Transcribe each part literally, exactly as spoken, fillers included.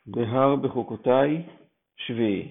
בהר בחוקותיי שביעי.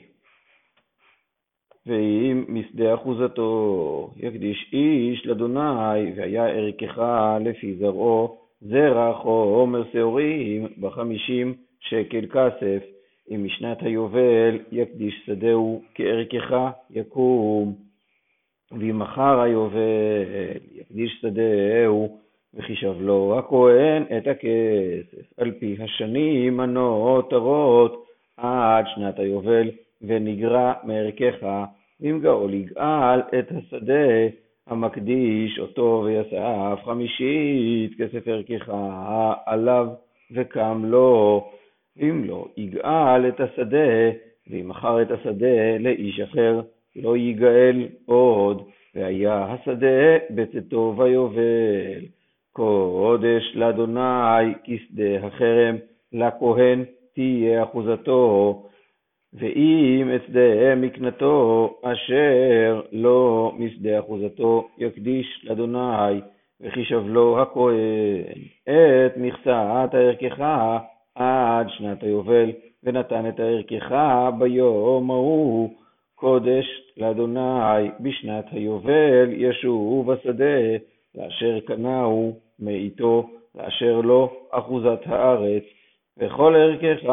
ואם משדה אחוזתו יקדיש איש לאדוני, והיה ערכך לפי זרעו, זרע חומר שעורים בחמישים שקל כסף. אם משנת היובל יקדיש שדהו כערכך יקום. ואם מחר היובל יקדיש שדהו, וחישב לו הכהן את הכסף על פי השנים הנותרות עד שנת היובל, ונגרע מערכך. ואם גאול יגאל את השדה המקדיש אותו ויסף חמישית כסף ערכך עליו וקם לו. ואם לא יגאל את השדה ואם מכר את השדה לאיש אחר, לא יגאל עוד, והיה השדה בצאתו ויובל. קודש לאדוני כשדה החרם, לכהן תהיה אחוזתו. ואם את שדה מקנתו אשר לא משדה אחוזתו יקדיש לאדוני, וחישב לו הכהן את מכסת הערכך עד שנת היובל, ונתן את הערכך ביום ההוא. קודש לאדוני בשנת היובל ישוב השדה לאשר קנהו מאיתו, לאשר לו אחוזת הארץ. וכל ערכך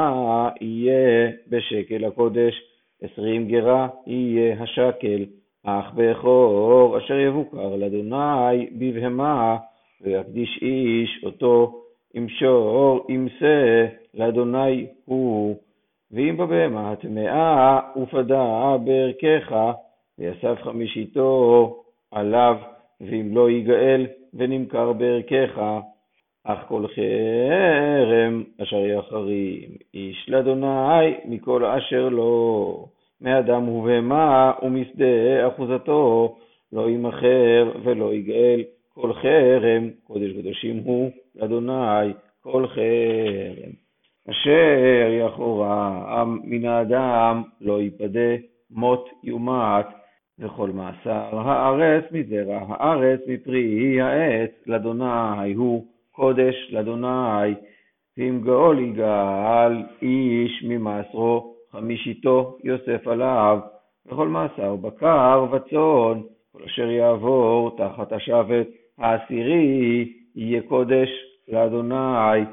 יהיה בשקל הקודש, עשרים גרה יהיה השקל. אך בכור אשר יבוקר לאדוני בבהמה, ויקדיש איש אותו עם שור עם שא לאדוני הוא. ואם בבהמה הטמאה ופדה בערכך, ויסף חמישיתו עליו, ואם לא יגאל ונמכר בערכך. אך כל חרם אשר יחרים איש לאדוני מכל אשר לו, מאדם ובהמה ומשדה אחוזתו, לא ימכר ולא יגאל. כל חרם קודש קודשים הוא לאדוני. כל חרם אשר יחורם מן האדם לא יפדה, מות יומת. וכל מעשר הארץ מזרע הארץ מפרי העץ לאדוני הוא. קודש לאדוני. ואם גאול יגאל איש ממעשרו, חמישיתו יוסף עליו. וכל מעשר בקר וצאן, כל אשר יעבור תחת השבט העשירי יהיה קודש לאדוני.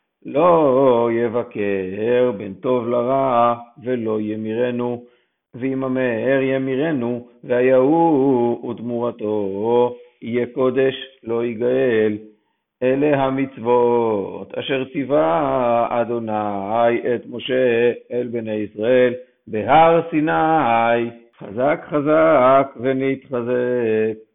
לא יבקר בין טוב לרע ולא ימירנו. ואם המהר ימירנו והיהו ותמורתו יהיה קודש לא יגאל. אלה המצוות אשר ציווה אדוני את משה אל בני ישראל בהר סיני. חזק חזק ונתחזק.